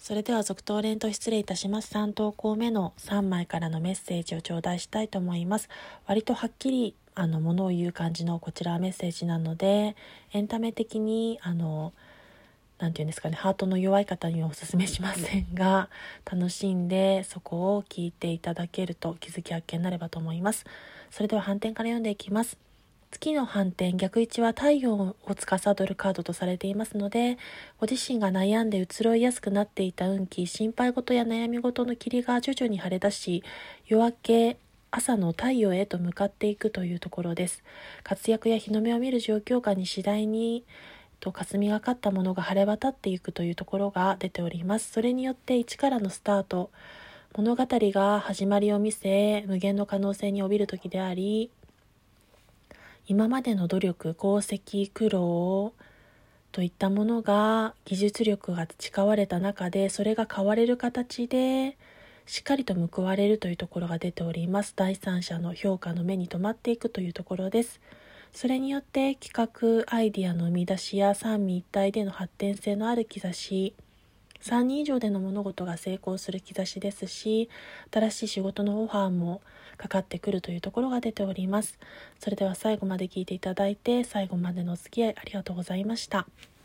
それでは続投連と失礼いたします。3投稿目の3枚からのメッセージを頂戴したいと思います。割とはっきりものを言う感じのこちらはメッセージなので、エンタメ的になんていうんですかね、ハートの弱い方にはお勧めしませんが、楽しんでそこを聞いていただけると気づき発見になればと思います。それでは反転から読んでいきます。月の反転逆位置は太陽を司るカードとされていますので、ご自身が悩んで移ろいやすくなっていた運気、心配事や悩み事の霧が徐々に晴れ出し、夜明け朝の太陽へと向かっていくというところです。活躍や日の目を見る状況下に次第に霞がかったものが晴れ渡っていくというところが出ております。それによって一からのスタート、物語が始まりを見せ、無限の可能性に帯びる時であり、今までの努力、功績、苦労といったものが技術力が培われた中で、それが変われる形でしっかりと報われるというところが出ております。第三者の評価の目に留まっていくというところです。それによって企画、アイディアの生み出しや三位一体での発展性のある兆し、3人以上での物事が成功する兆しですし、新しい仕事のオファーもかかってくるというところが出ております。それでは最後まで聞いていただいて、最後までのお付き合いありがとうございました。